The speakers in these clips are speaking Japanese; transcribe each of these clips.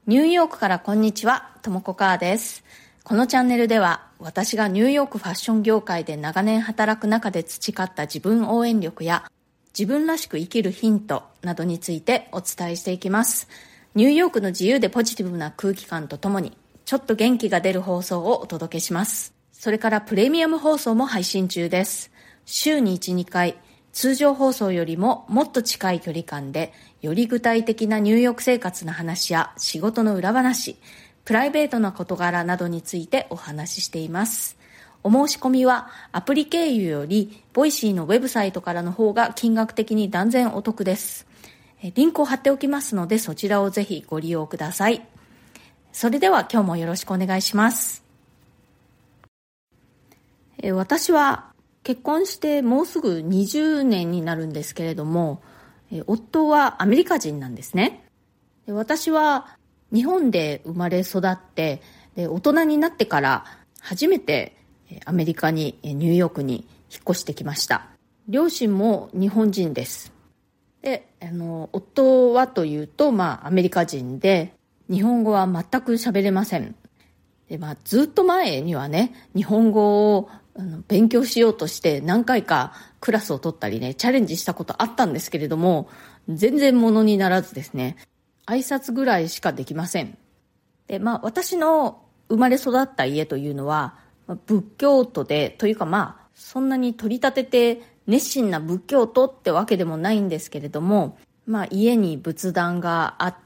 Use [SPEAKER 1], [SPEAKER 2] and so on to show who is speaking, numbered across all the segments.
[SPEAKER 1] ニューヨークからこんにちは、ともこかーです。このチャンネルでは私がニューヨークファッション業界で長年働く中で培った自分応援力や自分らしく生きるヒントなどについてお伝えしていきます。ニューヨークの自由でポジティブな空気感とともにちょっと元気が出る放送をお届けします。それからプレミアム放送も配信中です。週に1、2回通常放送よりももっと近い距離感でより具体的なニューヨーク生活の話や仕事の裏話、プライベートな事柄などについてお話ししています。お申し込みはアプリ経由よりボイシーのウェブサイトからの方が金額的に断然お得です。リンクを貼っておきますのでそちらをぜひご利用ください。それでは今日もよろしくお願いします。私は結婚してもうすぐ20年になるんですけれども、夫はアメリカ人なんですね。私は日本で生まれ育って、大人になってから初めてアメリカにニューヨークに引っ越してきました。両親も日本人です。で、夫はというと、アメリカ人で日本語は全く喋れません。で、ずっと前にはね、日本語を勉強しようとして何回かクラスを取ったりね、チャレンジしたことあったんですけれども、全然ものにならずですね、挨拶ぐらいしかできません。で、私の生まれ育った家というのは、仏教徒で、というかそんなに取り立てて熱心な仏教徒ってわけでもないんですけれども、家に仏壇があって、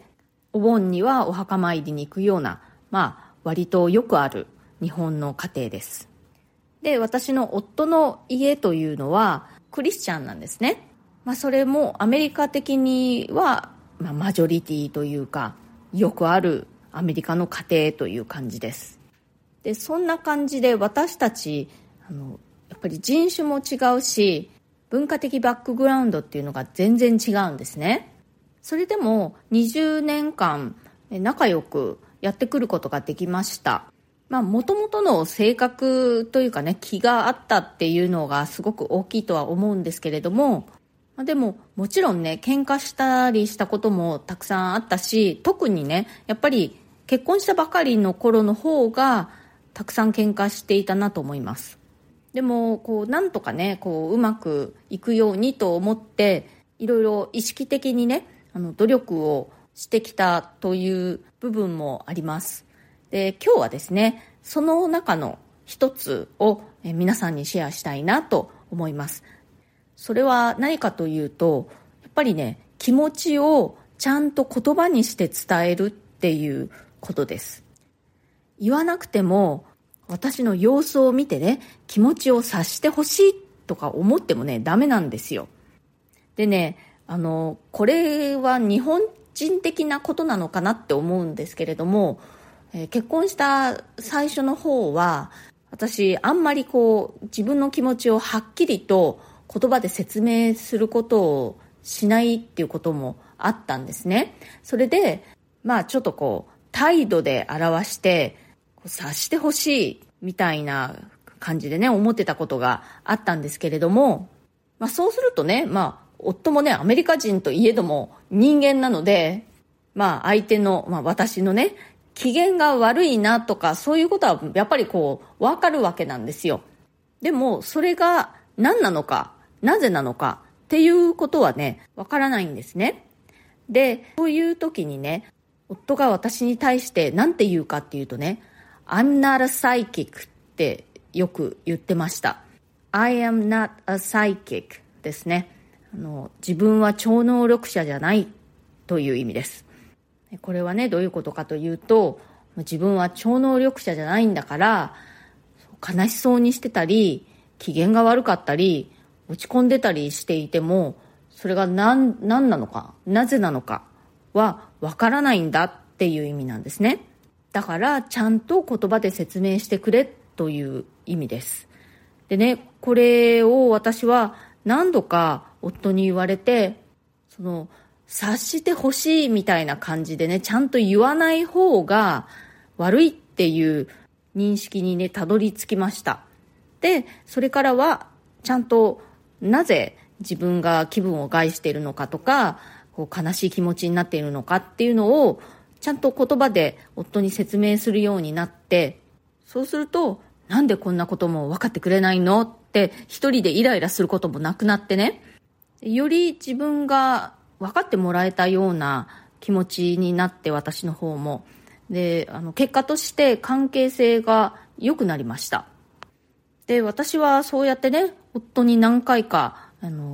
[SPEAKER 1] お盆にはお墓参りに行くような、割とよくある日本の家庭です。で、私の夫の家というのはクリスチャンなんですね。それもアメリカ的には、マジョリティというか、よくあるアメリカの家庭という感じです。で、そんな感じで私たち、やっぱり人種も違うし、文化的バックグラウンドっていうのが全然違うんですね。それでも20年間仲良くやってくることができました。もともとの性格というかね、気があったっていうのがすごく大きいとは思うんですけれども、でももちろんね、喧嘩したりしたこともたくさんあったし、特にね、やっぱり結婚したばかりの頃の方がたくさん喧嘩していたなと思います。でもなんとかね、うまくいくようにと思っていろいろ意識的にね、努力をしてきたという部分もあります。で、今日はですね、その中の一つを皆さんにシェアしたいなと思います。それは何かというと、やっぱりね、気持ちをちゃんと言葉にして伝えるっていうことです。言わなくても私の様子を見てね、気持ちを察してほしいとか思ってもね、ダメなんですよ。でね、これは日本人的なことなのかなって思うんですけれども、結婚した最初の方は私あんまり自分の気持ちをはっきりと言葉で説明することをしないっていうこともあったんですね。それでちょっと態度で表して察してほしいみたいな感じでね、思ってたことがあったんですけれども、そうするとね、夫もね、アメリカ人といえども人間なので、相手の、私のね、機嫌が悪いなとかそういうことはやっぱりわかるわけなんですよ。でもそれが何なのか、なぜなのかっていうことはね、わからないんですね。で、そういう時にね、夫が私に対して何て言うかっていうとね、I'm not a psychic ってよく言ってました。I am not a psychic ですね。自分は超能力者じゃないという意味です。これはね、どういうことかというと、自分は超能力者じゃないんだから悲しそうにしてたり、機嫌が悪かったり、落ち込んでたりしていても、それが何なのか、なぜなのかはわからないんだっていう意味なんですね。だからちゃんと言葉で説明してくれという意味です。でね、これを私は何度か夫に言われて、察してほしいみたいな感じでね、ちゃんと言わない方が悪いっていう認識にね、たどり着きました。で、それからはちゃんとなぜ自分が気分を害しているのかとか、悲しい気持ちになっているのかっていうのをちゃんと言葉で夫に説明するようになって、そうすると、なんでこんなことも分かってくれないのって一人でイライラすることもなくなってね、より自分が分かってもらえたような気持ちになって、私の方もで、結果として関係性が良くなりました。で、私はそうやってね、夫に何回か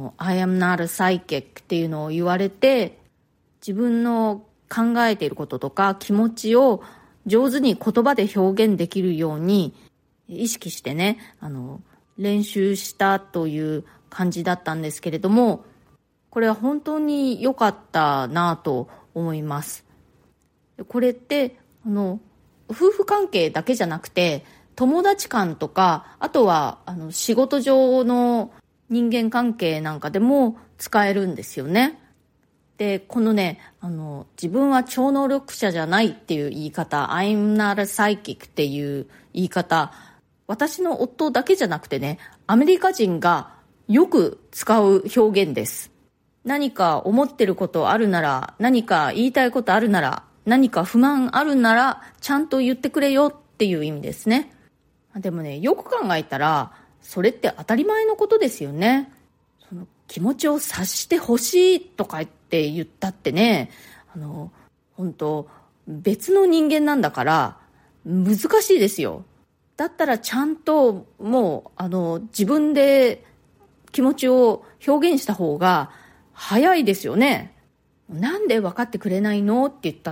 [SPEAKER 1] I am not a psychic っていうのを言われて、自分の考えていることとか気持ちを上手に言葉で表現できるように意識してね、練習したという感じだったんですけれども、これは本当に良かったなと思います。これって夫婦関係だけじゃなくて、友達間とか、あとは仕事上の人間関係なんかでも使えるんですよね。で、このね、自分は超能力者じゃないっていう言い方、I'm not a psychic っていう言い方、私の夫だけじゃなくてね、アメリカ人がよく使う表現です。何か思ってることあるなら、何か言いたいことあるなら、何か不満あるなら、ちゃんと言ってくれよっていう意味ですね。でもね、よく考えたら、それって当たり前のことですよね。その気持ちを察してほしいとか言ったってね、本当別の人間なんだから難しいですよ。だったらちゃんともう自分で気持ちを表現した方が早いですよね。なんで分かってくれないのって言ったって、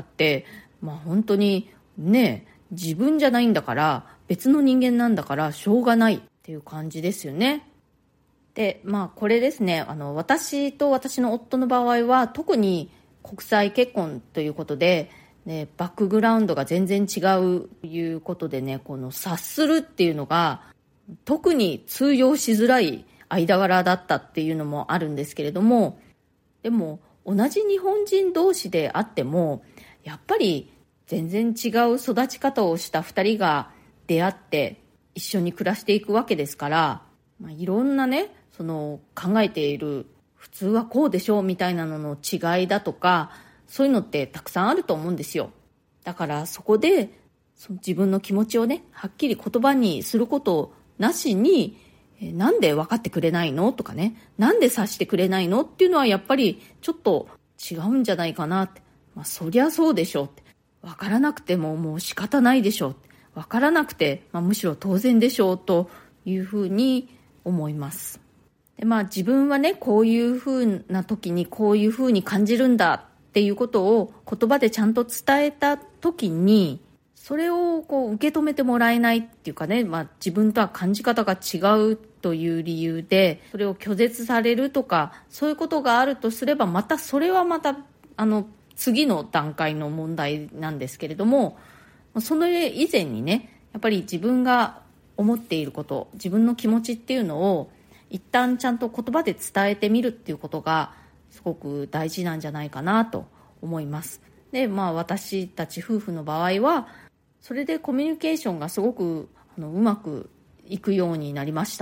[SPEAKER 1] 本当にね、自分じゃないんだから、別の人間なんだからしょうがないっていう感じですよね。で、これですね、私と私の夫の場合は特に国際結婚ということで、ね、バックグラウンドが全然違うということでね、この察するっていうのが特に通用しづらい間柄だったっていうのもあるんですけれども、でも同じ日本人同士であっても、やっぱり全然違う育ち方をした2人が出会って一緒に暮らしていくわけですから、いろんなね、その考えている普通はこうでしょうみたいなのの違いだとか、そういうのってたくさんあると思うんですよ。だからそこでその自分の気持ちをね、はっきり言葉にすることなしに、なんで分かってくれないのとかね、なんで察してくれないのっていうのはやっぱりちょっと違うんじゃないかなって。そりゃそうでしょって。分からなくてももう仕方ないでしょって。分からなくて、むしろ当然でしょうというふうに思います。で、自分はね、こういうふうな時にこういうふうに感じるんだっていうことを言葉でちゃんと伝えた時に、それを受け止めてもらえないっていうかね、自分とは感じ方が違うという理由でそれを拒絶されるとか、そういうことがあるとすれば、それは次の段階の問題なんですけれども、その以前にね、やっぱり自分が思っていること、自分の気持ちっていうのを一旦ちゃんと言葉で伝えてみるっていうことがすごく大事なんじゃないかなと思います。で、私たち夫婦の場合はそれでコミュニケーションがすごくうまくいくようになりました。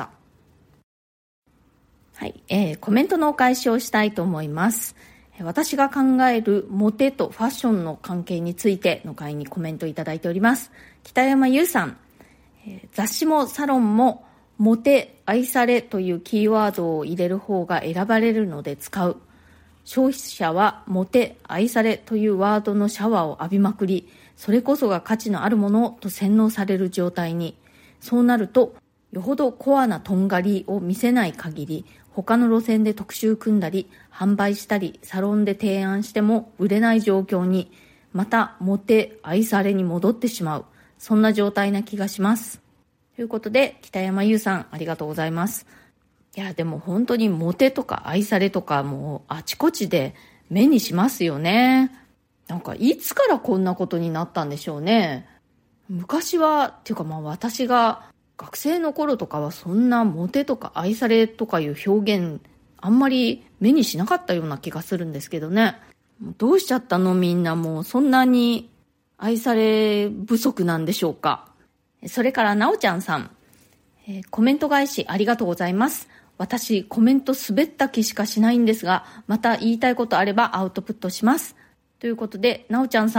[SPEAKER 1] はい、コメントのお返しをしたいと思います。私が考えるモテとファッションの関係についての回にコメントいただいております。北山優さん、雑誌もサロンもモテ、愛されというキーワードを入れる方が選ばれるので使う。消費者はモテ、愛されというワードのシャワーを浴びまくり、それこそが価値のあるものと洗脳される状態に。そうなると、よほどコアなとんがりを見せない限り、他の路線で特集組んだり、販売したり、サロンで提案しても売れない状況に、またモテ、愛されに戻ってしまう。そんな状態な気がします。ということで、北山優さん、ありがとうございます。いや、でも本当にモテとか愛されとかもうあちこちで目にしますよね。いつからこんなことになったんでしょうね。昔はっていうか私が学生の頃とかはそんなモテとか愛されとかいう表現あんまり目にしなかったような気がするんですけどね。どうしちゃったのみんな、もうそんなに愛され不足なんでしょうか。それからなおちゃんさん、コメント返しありがとうございます。私コメント滑った気しかしないんですが、また言いたいことあればアウトプットします。ということで、なおちゃんさん、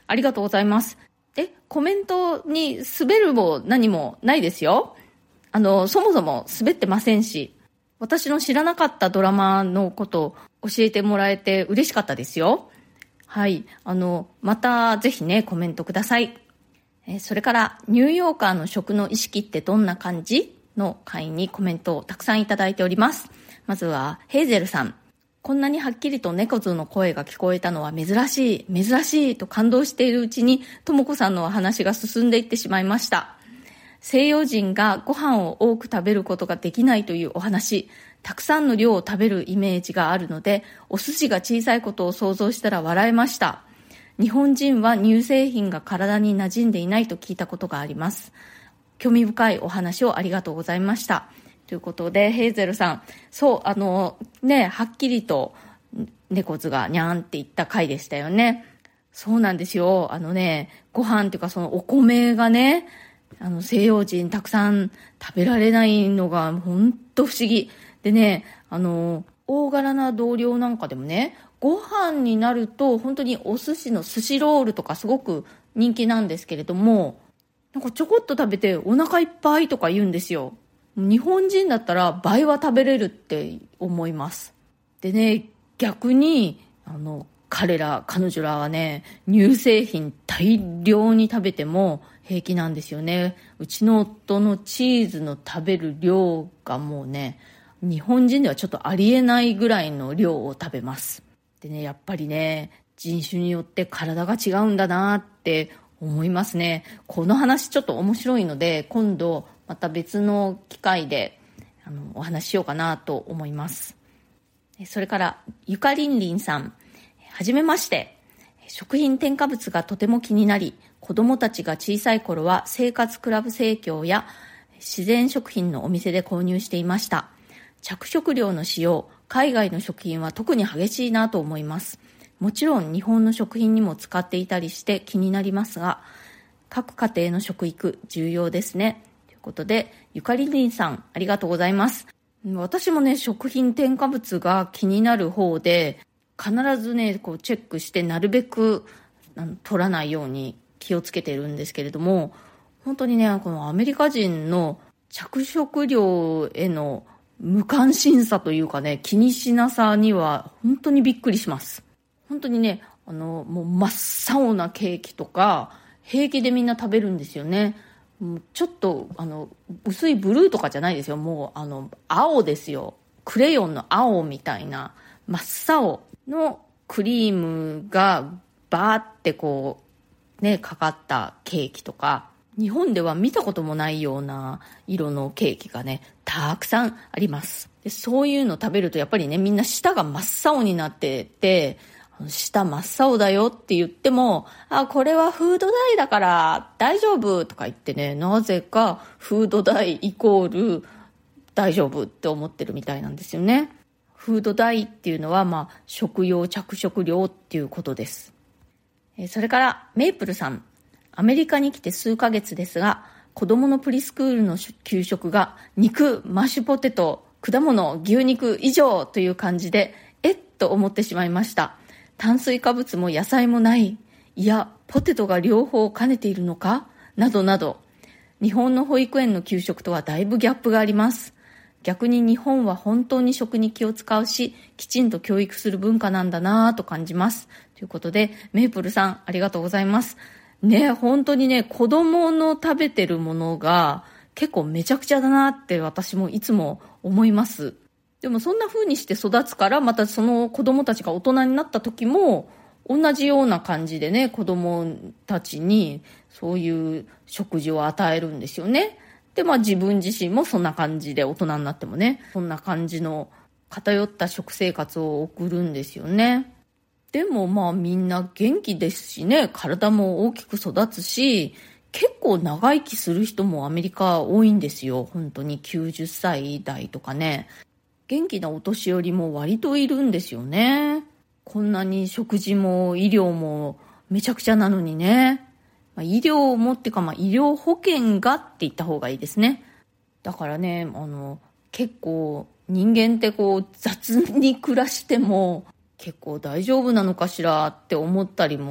[SPEAKER 1] ありがとうございます。コメントに滑るも何もないですよ。そもそも滑ってませんし、私の知らなかったドラマのことを教えてもらえて嬉しかったですよ。はい。またぜひね、コメントください。それから、ニューヨーカーの食の意識ってどんな感じの回にコメントをたくさんいただいております。まずは、ヘイゼルさん。こんなにはっきりと猫図の声が聞こえたのは珍しいと感動しているうちに、ともこさんのお話が進んでいってしまいました。西洋人がご飯を多く食べることができないというお話、たくさんの量を食べるイメージがあるので、お寿司が小さいことを想像したら笑えました。日本人は乳製品が体に馴染んでいないと聞いたことがあります。興味深いお話をありがとうございました。ということで、ヘイゼルさん、そう、はっきりと猫図がにゃーんって言った回でしたよね。そうなんですよ。ご飯っていうかそのお米がね、西洋人たくさん食べられないのが本当不思議。でね、大柄な同僚なんかでもね、ご飯になると本当にお寿司の寿司ロールとかすごく人気なんですけれども、なんかちょこっと食べてお腹いっぱいとか言うんですよ。日本人だったら倍は食べれるって思います。でね、逆に彼女らはね、乳製品大量に食べても平気なんですよね。うちの夫のチーズの食べる量がもうね、日本人ではちょっとありえないぐらいの量を食べます。でね、やっぱりね、人種によって体が違うんだなって思いますね。この話ちょっと面白いので、今度また別の機会でお話ししようかなと思います。それからゆかりんりんさん、はじめまして。食品添加物がとても気になり、子供たちが小さい頃は生活クラブ生協や自然食品のお店で購入していました。着色料の使用、海外の食品は特に激しいなと思います。もちろん日本の食品にも使っていたりして気になりますが、各家庭の食育重要ですね。ということで、ゆかりりんさん、ありがとうございます。私もね、食品添加物が気になる方で、必ずね、こうチェックしてなるべく取らないように気をつけてるんですけれども、本当にね、このアメリカ人の着色料への無関心さというかね、気にしなさには本当にびっくりします。本当にね、もう真っ青なケーキとか平気でみんな食べるんですよね。ちょっと薄いブルーとかじゃないですよ。もう青ですよ。クレヨンの青みたいな真っ青のクリームがバーってこうね、かかったケーキとか、日本では見たこともないような色のケーキがね、たくさんあります。で、そういうの食べるとやっぱりね、みんな舌が真っ青になってて、舌真っ青だよって言っても、これはフード代だから大丈夫とか言ってね、なぜかフード代イコール大丈夫って思ってるみたいなんですよね。フード代っていうのは食用着色料っていうことです。それからメイプルさん、アメリカに来て数ヶ月ですが、子供のプリスクールの給食が肉、マッシュポテト、果物、牛肉以上という感じで、と思ってしまいました。炭水化物も野菜もない。いや、ポテトが両方兼ねているのかなどなど。日本の保育園の給食とはだいぶギャップがあります。逆に日本は本当に食に気を使うし、きちんと教育する文化なんだなぁと感じます。ということで、メイプルさん、ありがとうございます。ね、本当にね、子供の食べてるものが結構めちゃくちゃだなって私もいつも思います。でもそんな風にして育つから、またその子供たちが大人になった時も同じような感じでね、子供たちにそういう食事を与えるんですよね。で、自分自身もそんな感じで大人になってもね、そんな感じの偏った食生活を送るんですよね。でもみんな元気ですしね、体も大きく育つし、結構長生きする人もアメリカ多いんですよ。本当に90歳代とかね。元気なお年寄りも割といるんですよね。こんなに食事も医療もめちゃくちゃなのにね。医療もってか医療保険がって言った方がいいですね。だからね、結構人間って雑に暮らしても結構大丈夫なのかしらって思ったりも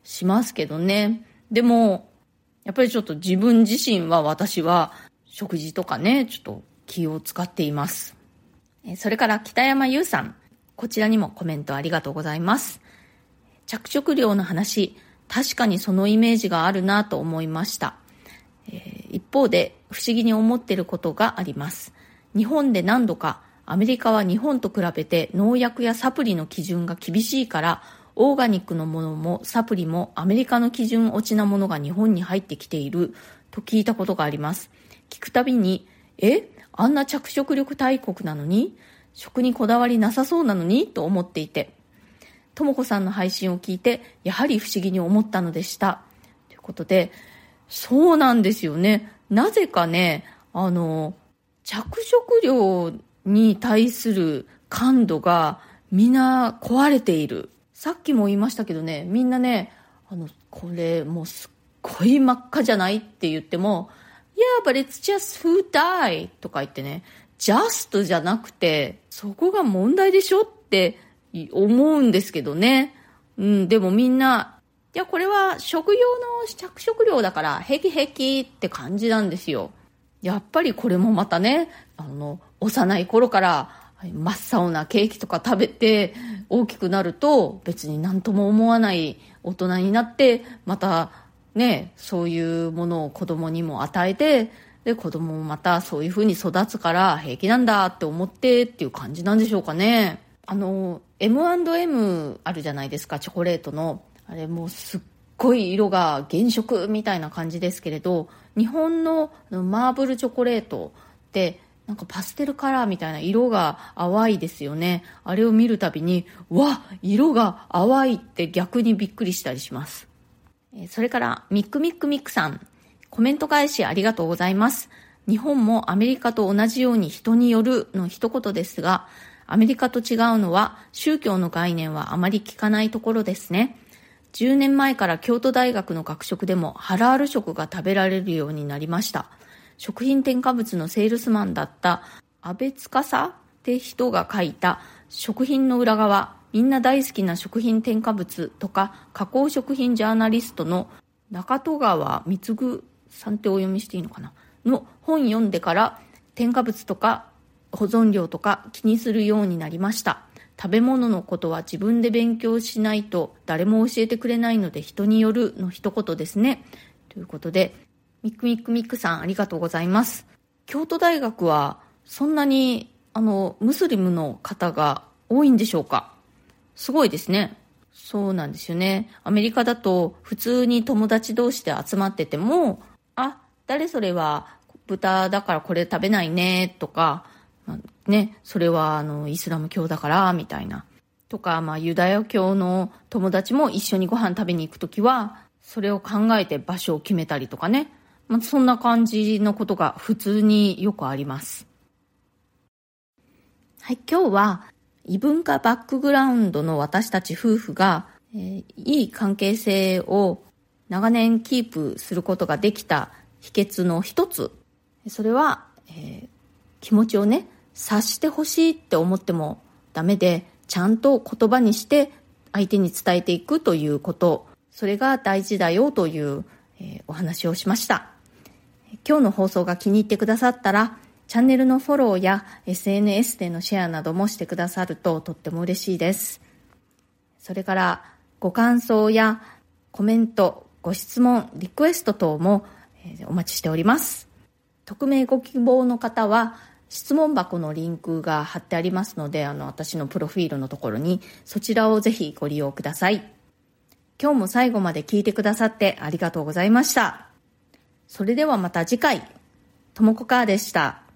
[SPEAKER 1] しますけどね。でも、やっぱりちょっと私は食事とかね、ちょっと気を使っています。それから北山優さん。こちらにもコメントありがとうございます。着色料の話、確かにそのイメージがあるなと思いました。一方で不思議に思っていることがあります。日本で何度かアメリカは日本と比べて農薬やサプリの基準が厳しいからオーガニックのものもサプリもアメリカの基準落ちなものが日本に入ってきていると聞いたことがあります。聞くたびに、あんな着色力大国なのに食にこだわりなさそうなのにと思っていて、ともこさんの配信を聞いてやはり不思議に思ったのでした。ということで、そうなんですよね。なぜかね、着色料に対する感度がみんな壊れている。さっきも言いましたけどね、みんなね、これもうすっごい真っ赤じゃないって言っても、Yeah, but it's just food dye とか言ってね、just じゃなくて、そこが問題でしょって思うんですけどね。でもみんな、いや、これは食用の着色料だから平気平気って感じなんですよ。やっぱりこれもまたね、幼い頃から真っ青なケーキとか食べて大きくなると別に何とも思わない大人になって、またね、そういうものを子供にも与えて、で子供もまたそういう風に育つから平気なんだって思ってっていう感じなんでしょうかね。M&M あるじゃないですか、チョコレートの。あれもうすっごい色が原色みたいな感じですけれど、日本のマーブルチョコレートってなんかパステルカラーみたいな色が淡いですよね。あれを見るたびに、色が淡いって逆にびっくりしたりします。それからミックミックミックさん、コメント返しありがとうございます。日本もアメリカと同じように人によるの一言ですが、アメリカと違うのは宗教の概念はあまり聞かないところですね。10年前から京都大学の学食でもハラール食が食べられるようになりました。食品添加物のセールスマンだった安倍司って人が書いた食品の裏側、みんな大好きな食品添加物とか加工食品ジャーナリストの中戸川貢さんってお読みしていいのかなの本読んでから添加物とか保存料とか気にするようになりました。食べ物のことは自分で勉強しないと誰も教えてくれないので人によるの一言ですね。ということで、ミックミックミックさんありがとうございます。京都大学はそんなにムスリムの方が多いんでしょうか。すごいですね。そうなんですよね。アメリカだと普通に友達同士で集まってても、誰それは豚だからこれ食べないねとか、ね、それはイスラム教だからみたいなとか、ユダヤ教の友達も一緒にご飯食べに行くときはそれを考えて場所を決めたりとかね、そんな感じのことが普通によくあります。はい、今日は異文化バックグラウンドの私たち夫婦が、いい関係性を長年キープすることができた秘訣の一つ、それは、気持ちをね察してほしいって思ってもダメで、ちゃんと言葉にして相手に伝えていくということ、それが大事だよという、お話をしました。今日の放送が気に入ってくださったらチャンネルのフォローや SNS でのシェアなどもしてくださるととっても嬉しいです。それからご感想やコメント、ご質問、リクエスト等もお待ちしております。匿名ご希望の方は質問箱のリンクが貼ってありますので、私のプロフィールのところにそちらをぜひご利用ください。今日も最後まで聞いてくださってありがとうございました。それではまた次回、ともこかーでした。